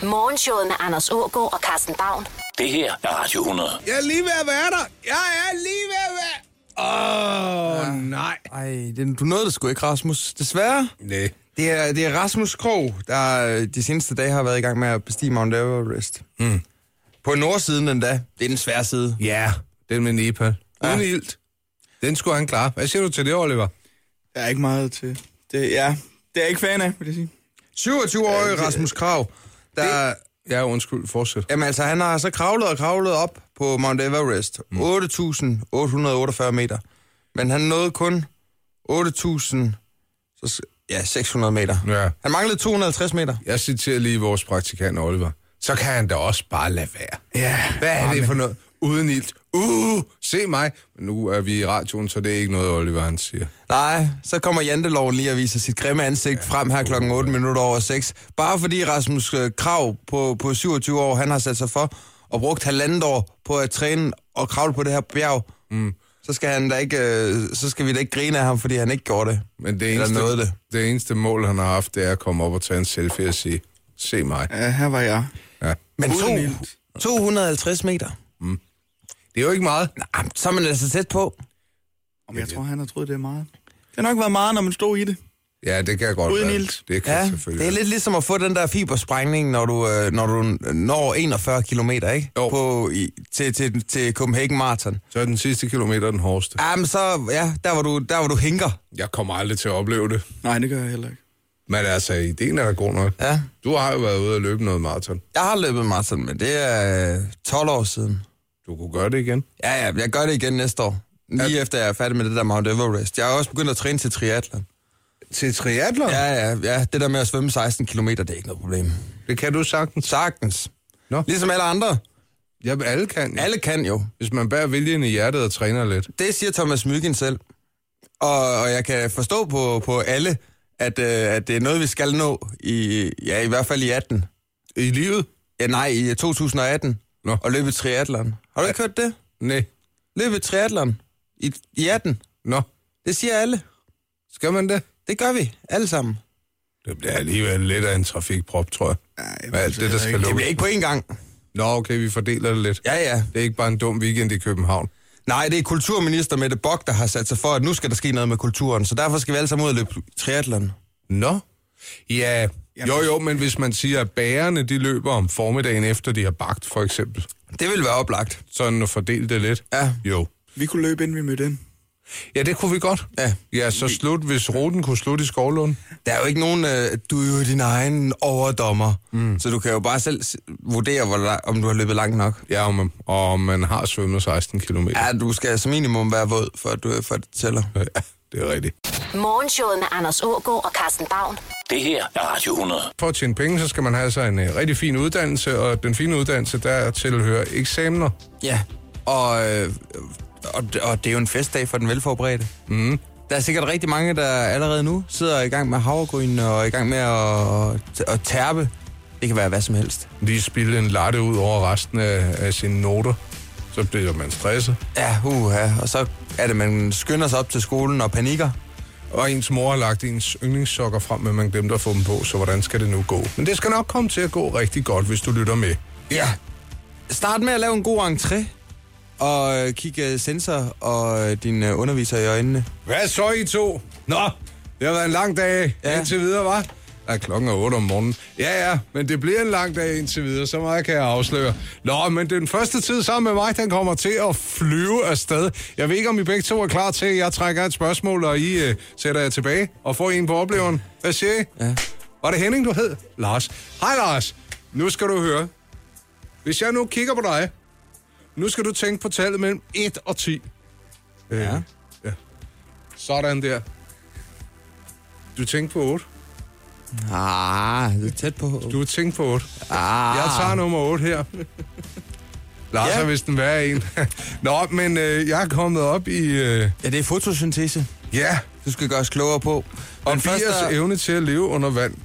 Morgenshowet med Anders Aagaard og Carsten Baum. Det her er Radio 100. Jeg er lige ved at være der. Jeg er lige ved at være... nej. Ej, du nåede det sgu ikke, Rasmus. Desværre. Nej. Det er Rasmus Krog, der de seneste dage har været i gang med at bestige Mount Everest. På nordsiden endda. Det er den svære side. Ja, den med Nepal. Uden ilt. Den skulle han klare. Hvad siger du til det, Oliver? Jeg er ikke meget til det. Ja, det er jeg ikke fan af, vil jeg sige. 27-årig Rasmus Krog, der... Ja, undskyld, fortsæt. Jamen altså, han har så kravlet op på Mount Everest. 8.848 meter. Men han nåede kun 600 meter. Ja. Han manglede 250 meter. Jeg citerer lige vores praktikant, Oliver. Så kan han da også bare lade være. Ja. Hvad er det for noget? Uden ilt. Se mig. Men nu er vi i radioen, så det er ikke noget, Oliver han siger. Nej, så kommer janteloven lige og viser sit grimme ansigt frem her klokken 8:08. Bare fordi Rasmus Krog på 27 år, han har sat sig for og brugt 1,5 år på at træne og kravle på det her bjerg. Så skal vi da ikke grine af ham, fordi han ikke gjorde det. Men det eneste mål, han har haft, det er at komme op og tage en selfie og sige, se mig. Ja, her var jeg. Ja. Men 250 meter. Det er jo ikke meget. Nej, så er man altså tæt på. Jeg tror, han har troet, det er meget. Det har nok været meget, når man stod i det. Ja, det kan godt Uden være. ilt. Det kan selvfølgelig. Det er lidt ligesom at få den der fibersprængning, når du når 41 kilometer, ikke? Til Copenhagen Marathon. Så er den sidste kilometer den hårdeste. Jamen så, der hvor du hinker. Jeg kommer aldrig til at opleve det. Nej, det gør jeg heller ikke. Men altså, ideen er da god nok. Ja. Du har jo været ude og løbe noget maraton. Jeg har løbet marathon, men det er 12 år siden. Du kunne gøre det igen? Ja, jeg gør det igen næste år. Lige efter jeg er færdig med det der Mount Everest. Jeg har også begyndt at træne til triathlon. Til triathlon? Ja. Det der med at svømme 16 kilometer, det er ikke noget problem. Det kan du sagtens? Sagtens. Nå. Ligesom alle andre. Ja, alle kan jo. Alle kan jo. Hvis man bærer viljen i hjertet og træner lidt. Det siger Thomas Myggen selv. Og jeg kan forstå på alle, at det er noget, vi skal nå i hvert fald i 18. I livet? Ja, nej, i 2018. Nå. Og løbe triathlon. Har du ikke hørt det? Nej. Løbe triathlon i 18. Nå. Det siger alle. Skal man det? Det gør vi, alle sammen. Det bliver alligevel lidt af en trafikprop, tror jeg. Ja, alt det, der skal Det lukke. bliver ikke på én gang. Nå, okay, vi fordeler det lidt. Ja. Det er ikke bare en dum weekend i København. Nej, det er kulturminister Mette Bock, der har sat sig for, at nu skal der ske noget med kulturen. Så derfor skal vi alle sammen ud og løbe triathlon. Nå? Ja, jo, men hvis man siger, at bagerne de løber om formiddagen efter, de har bagt, for eksempel. Det vil være oplagt. Sådan at fordele det lidt. Ja. Jo. Vi kunne løbe, inden vi mødte ind. Ja, det kunne vi godt. Ja. Ja, så slut, hvis ruten kunne slutte i Skovlund. Der er jo ikke nogen, du er jo din egen overdommer. Så du kan jo bare selv vurdere, om du har løbet langt nok. Ja, og man har svømmet 16 kilometer. Ja, du skal som minimum være våd, for at det tæller. Ja, det er rigtigt. Morgenshowet med Anders Aagaard og Carsten Baum. Det her er Radio 100. For at tjene penge, så skal man have sig en rigtig fin uddannelse, og den fine uddannelse, der tilhører eksamener. Ja, og det er jo en festdag for den velforberedte. Der er sikkert rigtig mange, der allerede nu sidder i gang med havregryn og i gang med at tærpe. Det kan være hvad som helst. Lige spille en latte ud over resten af sine noter. Så bliver man stresset. Ja, og så er det, man skynder sig op til skolen og panikker. Og ens mor har lagt ens yndlingssokker frem, men man glemte at få dem på, så hvordan skal det nu gå? Men det skal nok komme til at gå rigtig godt, hvis du lytter med. Ja. Start med at lave en god entré. Og kigge sensor og din underviser i øjnene. Hvad så, I to? Nå, det har været en lang dag indtil videre, hva'? Ja, klokken er 8 om morgenen. Ja, men det bliver en lang dag indtil videre, så meget kan jeg afsløre. Nå, men den første tid sammen med mig, den kommer til at flyve afsted. Jeg ved ikke, om I begge to er klar til, at jeg trækker et spørgsmål, og I sætter jer tilbage og får en på opleveren. Hvad siger I? Ja. Var det Henning, du hed? Lars. Hej, Lars. Nu skal du høre. Hvis jeg nu kigger på dig, nu skal du tænke på tallet mellem 1 og 10. Ja. Sådan der. Du tænker på 8. Det er tæt på. Du tænker på 8. Jeg tager nummer 8 her. Lars er vist den værre en. Nå, men jeg er kommet op i... Ja, det er fotosyntese. Ja. Du skal gøres klogere på. Og først evne til at leve under vand.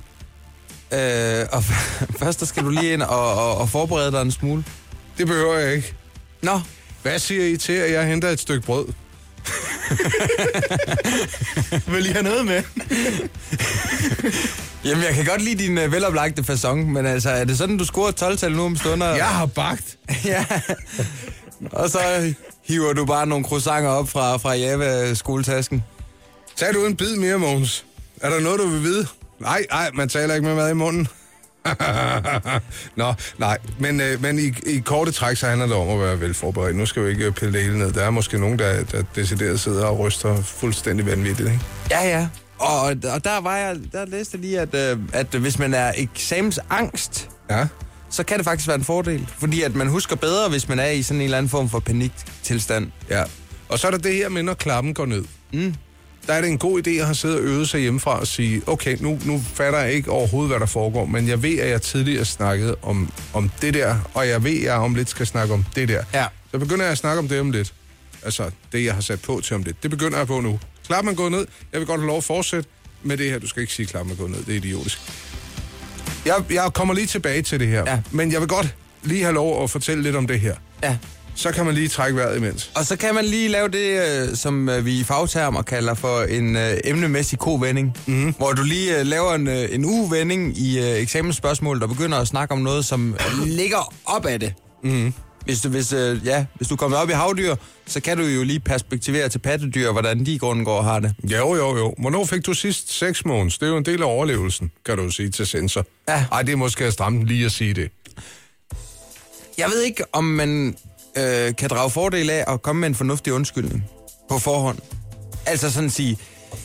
Og først skal du lige ind og forberede dig en smule. Det behøver jeg ikke. Nå. Hvad siger I til, at jeg henter et stykke brød? Vil I have noget med? Jamen, jeg kan godt lide din veloplagte facon, men altså, er det sådan, du scorer 12-tal nu om stunder? Jeg har bagt. Ja. Og så hiver du bare nogle croissanter op fra Java-skoletasken. Tag du en bid mere, Mogens. Er der noget, du vil vide? Nej, man taler ikke med mad i munden. Nå, nej. Men i korte træk, så handler det om at være velforberedt. Nu skal vi ikke pille det hele ned. Der er måske nogen, der decideret sidder og ryster fuldstændig vanvittigt, ikke? Ja. Og der læste jeg lige, at hvis man er eksamensangst, ja, så kan det faktisk være en fordel. Fordi at man husker bedre, hvis man er i sådan en eller anden form for paniktilstand. Ja. Og så er der det her med, når klappen går ned. Der er det en god idé at have siddet og øvet sig hjemmefra og sige, okay, nu fatter jeg ikke overhovedet, hvad der foregår, men jeg ved, at jeg tidligere snakkede om det der, og jeg ved, at jeg om lidt skal snakke om det der. Ja. Så begynder jeg at snakke om det om lidt. Altså, det jeg har sat på til om lidt. Det begynder jeg på nu. Klappen er gået ned. Jeg vil godt have lov at fortsætte med det her. Du skal ikke sige, at klappen er gået ned. Det er idiotisk. Jeg kommer lige tilbage til det her. Ja. Men jeg vil godt lige have lov at fortælle lidt om det her. Ja. Så kan man lige trække vejret imens. Og så kan man lige lave det, som vi i fagtermer kalder for en emnemæssig kovending. Hvor du lige laver en uvending i eksamensspørgsmål, der begynder at snakke om noget, som ligger op af det. Hvis du kommer op i havdyr, så kan du jo lige perspektivere til pattedyr, hvordan de i grunden går og har det. Jo. Hvornår fik du sidst 6 måneder? Det er jo en del af overlevelsen, kan du sige til sensor. Ja. Ej, det er måske at stramme lige at sige det. Jeg ved ikke, om man kan drage fordel af at komme med en fornuftig undskyldning på forhånd. Altså sådan at sige,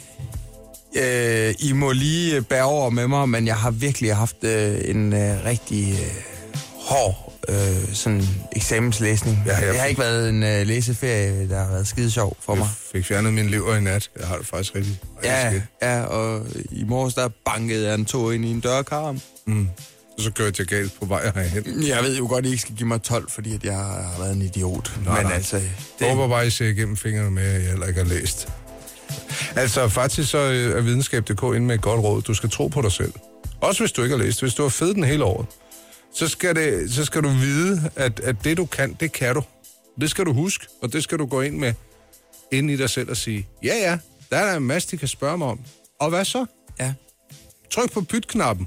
I må lige bære over med mig, men jeg har virkelig haft en rigtig hård sådan eksamenslæsning. Ja, jeg har ikke været en læseferie, der har været skide sjov for mig. Jeg fik fjernet min lever i nat. Jeg har det faktisk rigtig skidt. Ja, og i morges der bankede jeg en tog ind i en dørkarm. Og så kørte jeg galt på vej herhen. Jeg ved jo godt, at I ikke skal give mig 12, fordi at jeg har været en idiot. Nej. Altså... Jeg håber bare, at I ser igennem fingrene med, at jeg heller ikke har læst. Altså, faktisk så er videnskab.dk inde med et godt råd. Du skal tro på dig selv. Også hvis du ikke har læst. Hvis du har fedt den hele året, så skal du vide, at det du kan, det kan du. Det skal du huske, og det skal du gå ind med ind i dig selv og sige, ja, der er en masse, de kan spørge mig om. Og hvad så? Ja. Tryk på pytknappen.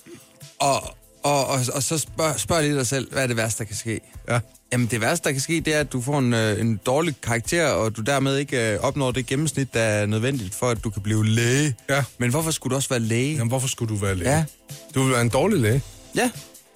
Og så spørg lige dig selv, hvad er det værste, der kan ske? Ja. Jamen, det værste, der kan ske, det er, at du får en dårlig karakter, og du dermed ikke opnår det gennemsnit, der er nødvendigt for, at du kan blive læge. Ja. Men hvorfor skulle du også være læge? Jamen, hvorfor skulle du være læge? Ja. Du vil være en dårlig læge. Ja.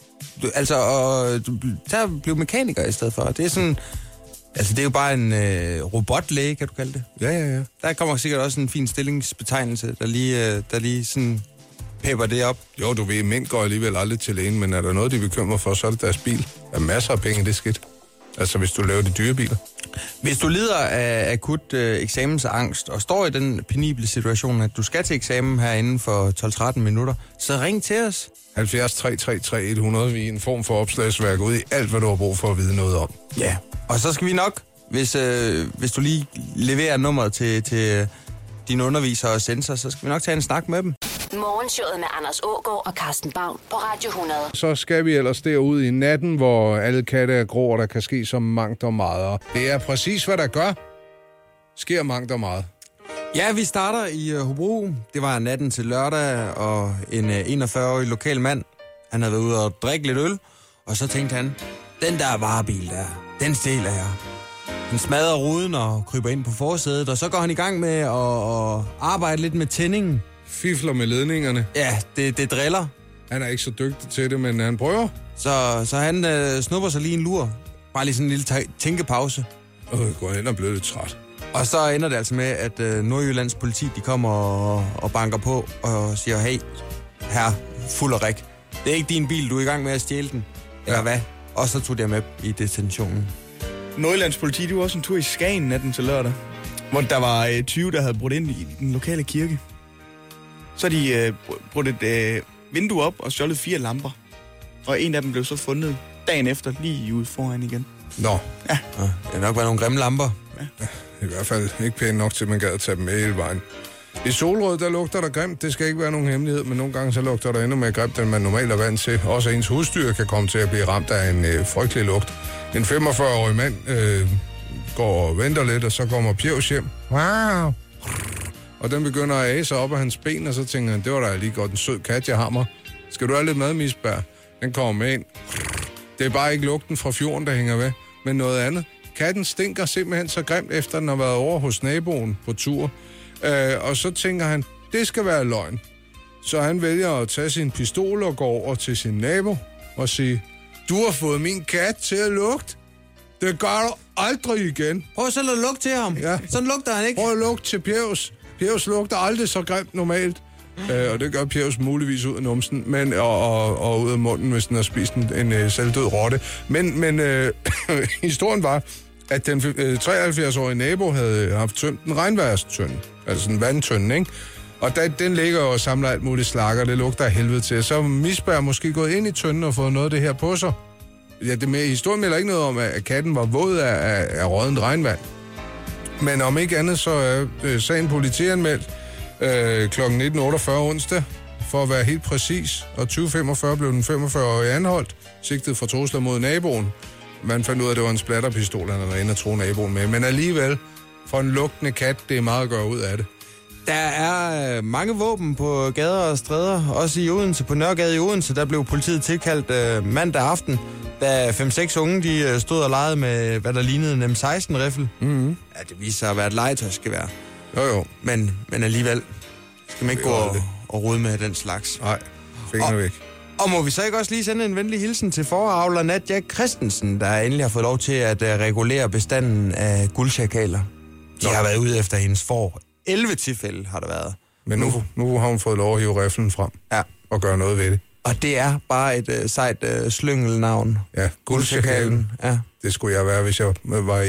Tag og blive mekaniker i stedet for. Det er sådan... Altså, det er jo bare en robotlæge, kan du kalde det. Ja. Der kommer sikkert også en fin stillingsbetegnelse, der lige sådan pepper det op. Jo, du ved, mænd går alligevel aldrig til lægen, men er der noget, de bekymrer for, så er det deres bil. Der er masser af penge, det er skidt. Altså, hvis du laver de dyre biler. Hvis du lider af akut eksamensangst og står i den penible situation, at du skal til eksamen her inden for 12-13 minutter, så ring til os. 70 333 100. Vi er en form for opslagsværk ud i alt, hvad du har brug for at vide noget om. Ja, og så skal vi nok, hvis du lige leverer nummeret til dine undervisere og sensor, så skal vi nok tage en snak med dem. Morgenshowet med Anders Aagaard og Carsten Baum på Radio 100. Så skal vi ellers derud i natten, hvor alle katte er grå, og der kan ske så mangt og meget. Det er præcis, hvad der gør. Sker mangt og meget. Ja, vi starter i Hobro. Det var natten til lørdag, og en 41-årig lokal mand, han havde været ude og drikke lidt øl, og så tænkte han, den der varebil der, den stjæler jeg. Han smadrer ruden og kryber ind på forsædet, og så går han i gang med at arbejde lidt med tændingen. Fifler med ledningerne. Ja, det driller. Han er ikke så dygtig til det, men han prøver. Så han snupper sig lige en lur. Bare lige sådan en lille tænkepause. Går hen og bliver lidt træt. Og så ender det altså med, at Nordjyllands politi, de kommer og banker på og siger, hey, her, fuld og rik. Det er ikke din bil, du er i gang med at stjæle den. Eller hvad? Og så tog de med i detentionen. Nordjyllands politi, det var også en tur i Skagen natten til lørdag, hvor der var 20, der havde brudt ind i den lokale kirke. Så de brudt et vindue op og stjålet 4 lamper. Og en af dem blev så fundet dagen efter, lige ude foran igen. Nå. Ja. Det har nok været nogle grimme lamper. Ja. I hvert fald ikke pænt nok til, at man gad at tage dem med hele vejen. I Solrød, der lugter der grimt. Det skal ikke være nogen hemmelighed, men nogle gange så lugter der endnu mere grimt, end man normalt er vant til. Også ens husdyr kan komme til at blive ramt af en frygtelig lugt. En 45-årig mand går og venter lidt, og så kommer Pjevs hjem. Wow. og den begynder at æse op af hans ben, og så tænker han, det var da lige godt en sød kat, jeg har mig. Skal du have lidt mad, Misbær? Den kommer med ind. Det er bare ikke lugten fra fjorden, der hænger ved, men noget andet. Katten stinker simpelthen så grimt, efter den har været over hos naboen på tur. Og så tænker han, det skal være løgn. Så han vælger at tage sin pistol og gå over til sin nabo og sige, du har fået min kat til at lugte. Det gør du aldrig igen. Prøv selv at lugte til ham. Ja. Sådan lugter han ikke. Prøv at lugte til Pjevs. Pjevs lugter aldrig så grimt normalt. Og det gør Pjevs muligvis ud af numsen, men, og ud af munden, hvis den har spist en selvdød rotte. Men historien var, at den 73-årige nabo havde haft tømt en regnværstønde. Altså en vandtønde, ikke? Og den ligger og samler alt muligt slakker, det lugter af helvede til. Så er Misbær måske gået ind i tønden og fået noget af det her på sig. Ja, historien melder ikke noget om, at katten var våd af råddent regnvand. Men om ikke andet, så er sagen politianmeldt kl. 19.48 onsdag, for at være helt præcis. Og 20.45 blev den 45-årige anholdt, sigtet for trusler mod naboen. Man fandt ud af, at det var en splatterpistol, han var inde og tro naboen med. Men alligevel, for en lugtende kat, det er meget at gøre ud af det. Der er mange våben på gader og stræder, også i Odense. På Nørregade i Odense, der blev politiet tilkaldt mandag aften, da 5-6 unge de stod og legede med, hvad der lignede en M16-riffel. Mm-hmm. Ja, det viser sig at være et legetøjsgevær. Jo. Men alligevel skal man ikke gå og rode med den slags. Nej, fingre væk. Og må vi så ikke også lige sende en venlig hilsen til foravler Nadja Christensen, der endelig har fået lov til at regulere bestanden af guldsjakaler. De har været ude efter hendes får. 11 tilfælde har der været. Men nu har hun fået lov at hive riflen frem og gøre noget ved det. Og det er bare et sejt slyngelnavn. Ja, guldsjakalen. Ja. Det skulle jeg være, hvis jeg var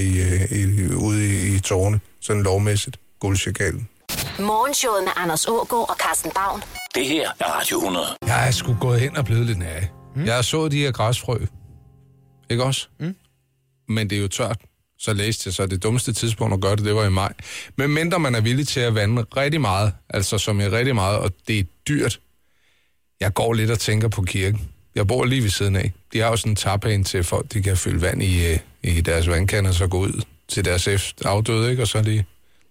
ude i tårne. Sådan lovmæssigt. Guldsjakalen. Morgenshowet med Anders Aagaard og Carsten Baum. Det her er Radio 100. Jeg er sgu gået hen og blevet lidt nære. Jeg har så de her græsfrø. Ikke også? Men det er jo tørt. Så læste jeg så, det dummeste tidspunkt at gøre det var i maj. Men mindre man er villig til at vande rigtig meget, altså som er rigtig meget, og det er dyrt. Jeg går lidt og tænker på kirken. Jeg bor lige ved siden af. De har jo sådan en taphane til folk, de kan fylde vand i deres vandkander, så gå ud til deres afdøde, ikke? Og så lige...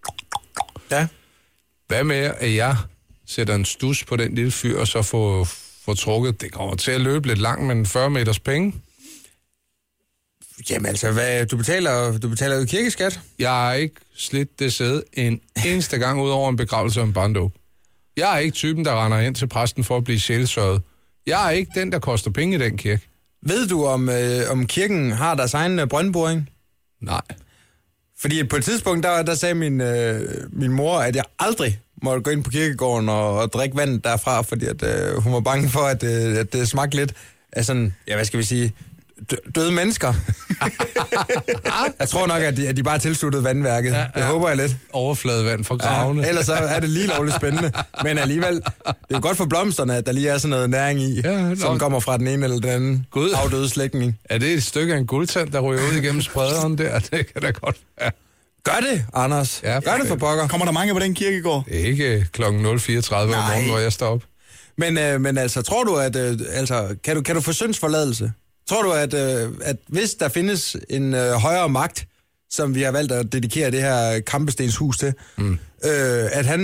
Ja. Hvad med, at jeg sætter en stus på den lille fyr, og så får trukket... Det kommer til at løbe lidt langt, men 40 meters penge. Jamen altså, du betaler jo kirkeskat. Jeg har ikke slidt det sæde en eneste gang ud over en begravelse og en barndåb. Jeg er ikke typen, der render ind til præsten for at blive sjælsørget. Jeg er ikke den, der koster penge i den kirke. Ved du, om kirken har deres egen brøndboring? Nej. Fordi på et tidspunkt, der sagde min mor, at jeg aldrig måtte gå ind på kirkegården og drikke vand derfra, fordi at, hun var bange for, at det smagte lidt af sådan, ja, hvad skal vi sige... døde mennesker. Jeg tror nok, at de bare tilsluttede vandværket. Ja. Det håber jeg lidt. Overfladevand fra gravene. Ja, ellers så er det lige lovligt spændende. Men alligevel, det er jo godt for blomsterne, at der lige er sådan noget næring i, som kommer fra den ene eller den anden afdøde slægtning. Er det et stykke af en guldtand, der ryger ud igennem sprederen der? Det kan da godt være. Gør det, Anders. Ja, gør det for pokker. Kommer der mange på den kirkegård? Ikke klokken 0.34 om morgenen, hvor jeg står op. Men altså, tror du, at kan du få syndsforladelse? Tror du, at hvis der findes en højere magt, som vi har valgt at dedikere det her Kampestenshus til, at han,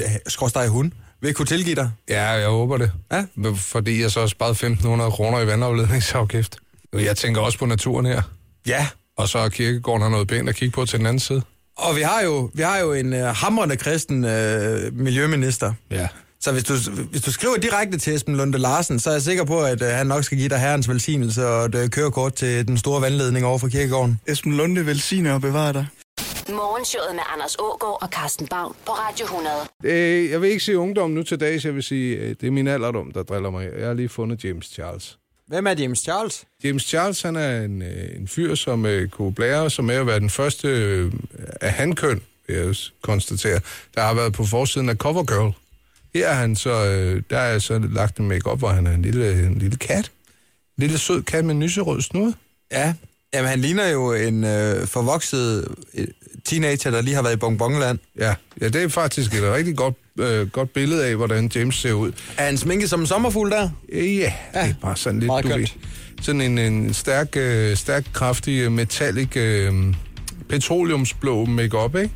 vil kunne tilgive dig? Ja, jeg håber det. Ja? Fordi jeg så har sparet 1.500 kroner i vandafledningsafgift. Jeg tænker også på naturen her. Ja. Og så har kirkegården har noget pænt at kigge på til den anden side. Og vi har jo en hamrende kristen miljøminister. Ja. Så hvis du skriver direkte til Esben Lunde Larsen, så er jeg sikker på, at han nok skal give dig herrens velsignelse og et kørekort til den store vandledning over for kirkegården. Esben Lunde velsigner og bevarer dig. Morgenshowet med Anders Aagaard og Carsten Baum på Radio 100. Jeg vil ikke sige ungdom nu til dags, jeg vil sige, det er min alderdom, der driller mig. Jeg har lige fundet James Charles. Hvem er James Charles? James Charles, han er en fyr, som kunne blære sig med at være den første af hankøn, vil jeg konstatere, der har været på forsiden af CoverGirl. Her er han så, der er så lagt en make-up, hvor han er en lille kat. En lille sød kat med nyserød snude. Ja, jamen han ligner jo en forvokset teenager, der lige har været i bonbonland. Ja, det er faktisk et rigtig godt billede af, hvordan James ser ud. Er han sminket som en sommerfugl der? Ja, det er bare sådan lidt, du ved. Sådan en stærk, kraftig, metallic, petroleumsblå make-up, ikke?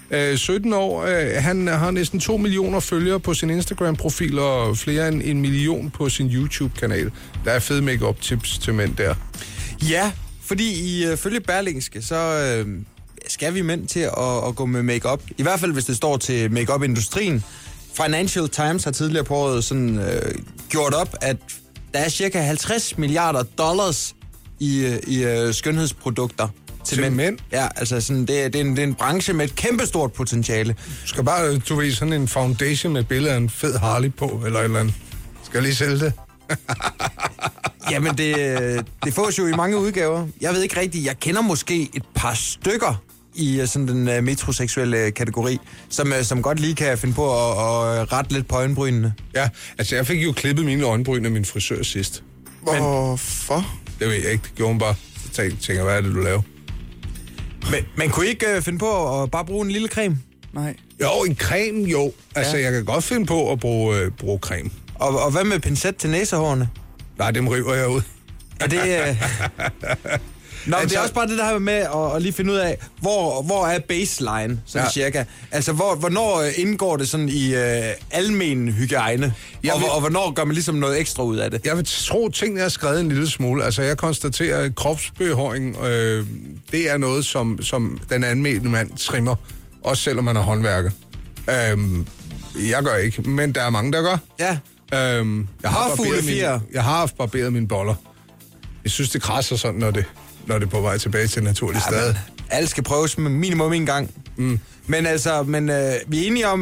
17 år. Han har næsten 2 millioner følgere på sin Instagram-profil og flere end 1 million på sin YouTube-kanal. Der er fede make-up-tips til mænd der. Ja, fordi ifølge Berlingske, så skal vi mænd til at gå med make-up. I hvert fald, hvis det står til make-up-industrien. Financial Times har tidligere på året sådan, gjort op, at der er cirka 50 milliarder dollars i skønhedsprodukter til mænd. Ja, altså sådan, det er en branche med et kæmpestort potentiale. Du skal bare, du ved, sådan en foundation med et billede af en fed Harley på, eller et eller andet. Skal jeg lige sælge det? Jamen, det fås jo i mange udgaver. Jeg ved ikke rigtigt, jeg kender måske et par stykker i sådan den metroseksuelle kategori, som godt lige kan finde på at rette lidt på øjenbrynene. Ja, altså jeg fik jo klippet mine øjenbryn af min frisør sidst. Hvorfor? Det ved jeg ikke, det gjorde hun bare. Så tænker, hvad er det, du laver? Men kunne I ikke finde på at bare bruge en lille creme? Nej. Jo, en creme, jo. Altså, jeg kan godt finde på at bruge creme. Og hvad med pincet til næsehårene? Nej, dem river jeg ud. Er det... Nå, altså, det er også bare det der med at lige finde ud af, hvor er baseline, sådan cirka. Altså, hvornår indgår det sådan i almen hygiejne, og hvornår gør man ligesom noget ekstra ud af det? Jeg vil tro, tingene er skrevet en lille smule. Altså, jeg konstaterer, at kropsbehåring, det er noget, som den almene mand trimmer, også selvom man er håndværker. Jeg gør ikke, men der er mange, der gør. Ja. Jeg har haft barberet mine boller. Jeg synes, det krasser sådan, når det er på vej tilbage til naturlig stad. Alt skal prøves med minimum en gang. Mm. Men altså, vi er enige om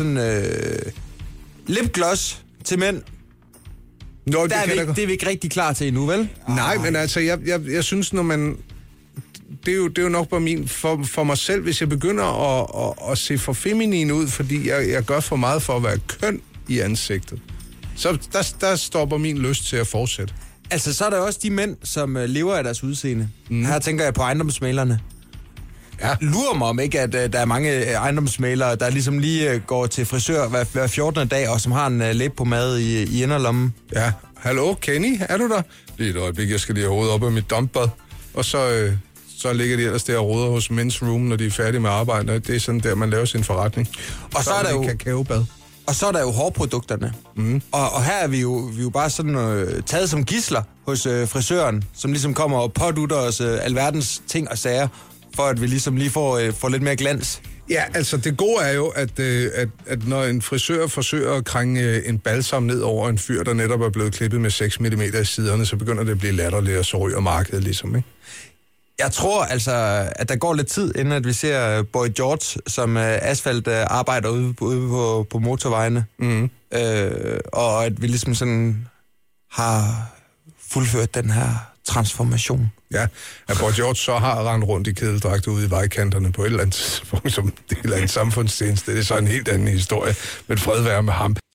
lipgloss til mænd. Nå, det er vi ikke rigtig klar til endnu, vel? Nej, men altså, jeg synes, når man... Det er jo nok bare for mig selv, hvis jeg begynder at se for feminin ud, fordi jeg gør for meget for at være køn i ansigtet. Så der stopper min lyst til at fortsætte. Altså, så er der også de mænd, som lever af deres udseende. Her tænker jeg på ejendomsmælerne. Ja. Lurer mig om ikke, at der er mange ejendomsmælere, der ligesom lige går til frisør hver 14. dag, og som har en læbepomade i inderlommen. Ja. Hallo, Kenny, er du der? Lige et øjeblik, jeg skal lige have hovedet op af mit dumpbad. Og så ligger de ellers der og roder hos Men's Room, når de er færdige med arbejde. Det er sådan der, man laver sin forretning. Og så er der jo kakaobad. Og så er der jo hårprodukterne. Mm. Og her er vi jo bare sådan taget som gidsler hos frisøren, som ligesom kommer og pådutter os alverdens ting og sager, for at vi ligesom lige får lidt mere glans. Ja, altså det gode er jo, at når en frisør forsøger at krænge en balsam ned over en fyr, der netop er blevet klippet med 6 mm i siderne, så begynder det at blive latterligt, og så ryger markedet ligesom, ikke? Jeg tror altså, at der går lidt tid, inden at vi ser Boy George, som asfalt arbejder ude på motorvejene. Mm. Og at vi ligesom sådan har fuldført den her transformation. Ja, at Boy George så har rendt rundt i kedeldragt ude i vejkanterne på et eller andet tidspunkt som del af en samfundstjeneste. Det er så en helt anden historie, men fred være med ham.